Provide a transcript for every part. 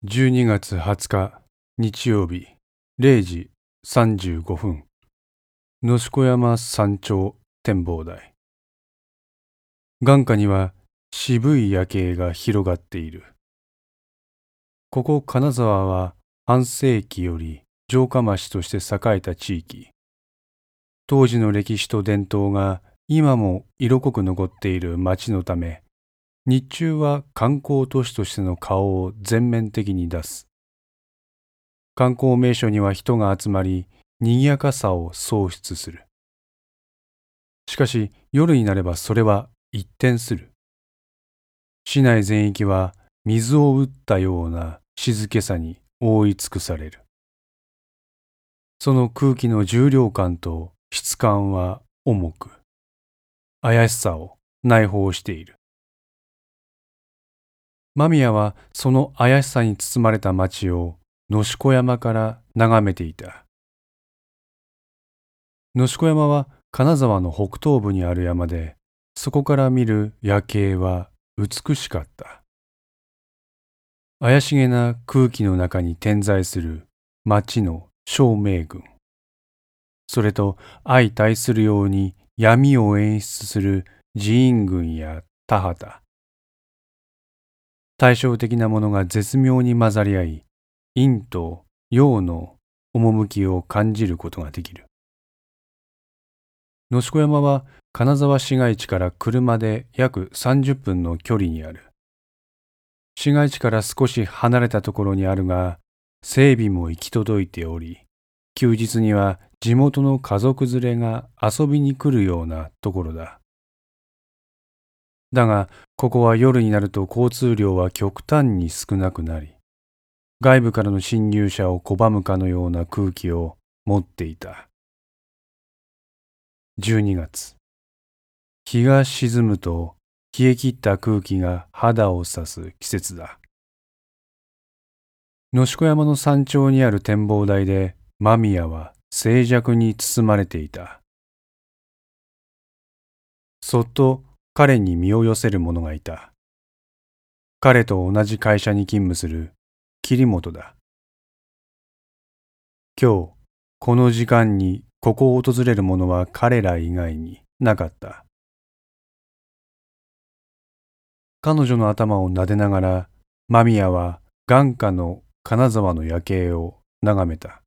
12月20日日曜日0時35分野宿山山頂展望台。眼下には渋い夜景が広がっている。ここ金沢は半世紀より城下町として栄えた地域。当時の歴史と伝統が今も色濃く残っている町のため、日中は観光都市としての顔を全面的に出す。観光名所には人が集まり、賑やかさを創出する。しかし夜になればそれは一転する。市内全域は水を打ったような静けさに覆い尽くされる。その空気の重量感と質感は重く、怪しさを内包している。間宮はその怪しさに包まれた町を野宿山から眺めていた。野宿山は金沢の北東部にある山で、そこから見る夜景は美しかった。怪しげな空気の中に点在する町の照明群、それと相対するように闇を演出する寺院群や田畑、対照的なものが絶妙に混ざり合い、陰と陽の趣を感じることができる。野宿山は金沢市街地から車で約30分の距離にある。市街地から少し離れたところにあるが、整備も行き届いており、休日には地元の家族連れが遊びに来るようなところだ。だが、ここは夜になると交通量は極端に少なくなり、外部からの侵入者を拒むかのような空気を持っていた。12月。日が沈むと冷え切った空気が肌を刺す季節だ。野宿山の山頂にある展望台で間宮は静寂に包まれていた。そっと彼に身を寄せる者がいた。彼と同じ会社に勤務する桐本だ。今日この時間にここを訪れる者は彼ら以外になかった。彼女の頭を撫でながら間宮は眼下の金沢の夜景を眺めた。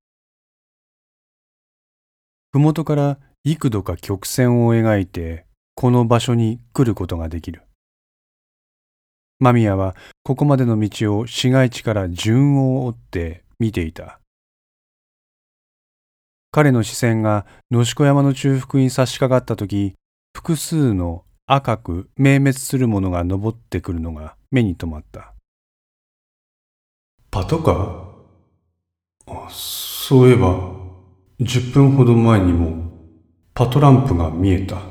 麓から幾度か曲線を描いてこの場所に来ることができる。間宮はここまでの道を市街地から順を追って見ていた。彼の視線が野宿山の中腹に差し掛かったとき、複数の赤く明滅するものが登ってくるのが目に留まった。パトカー？そういえば10分ほど前にもパトランプが見えた。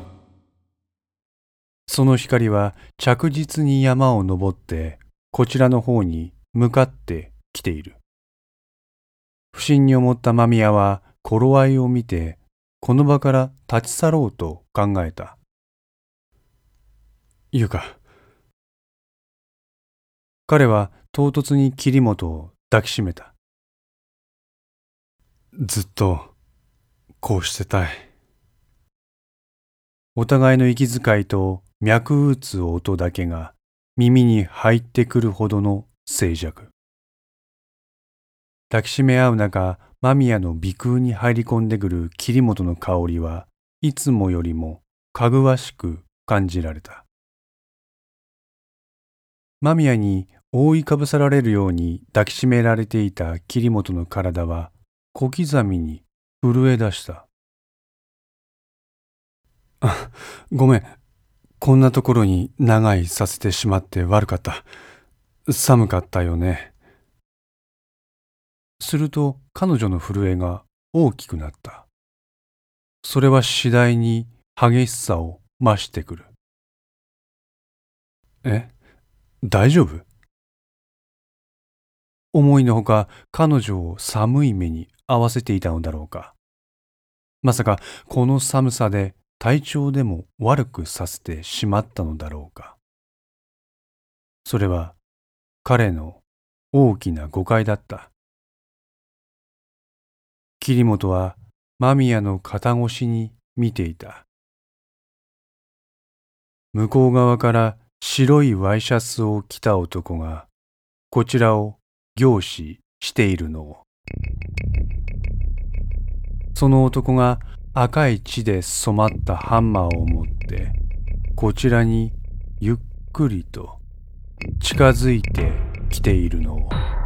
その光は着実に山を登ってこちらの方に向かってきている。不審に思った間宮は頃合いを見てこの場から立ち去ろうと考えた。ゆか。彼は唐突に桐本を抱きしめた。ずっとこうしてたい。お互いの息遣いと脈打つ音だけが耳に入ってくるほどの静寂。抱きしめ合う中、間宮の鼻腔に入り込んでくる桐本の香りはいつもよりもかぐわしく感じられた。間宮に覆いかぶさられるように抱きしめられていた桐本の体は小刻みに震え出した。ごめん。こんなところに長居させてしまって悪かった。寒かったよね。すると彼女の震えが大きくなった。それは次第に激しさを増してくる。大丈夫？思いのほか彼女を寒い目に合わせていたのだろうか。まさかこの寒さで体調でも悪くさせてしまったのだろうか。それは彼の大きな誤解だった。桐本は間宮の肩越しに見ていた。向こう側から白いワイシャツを着た男がこちらを凝視しているのを。その男が赤い血で染まったハンマーを持ってこちらにゆっくりと近づいてきているのを。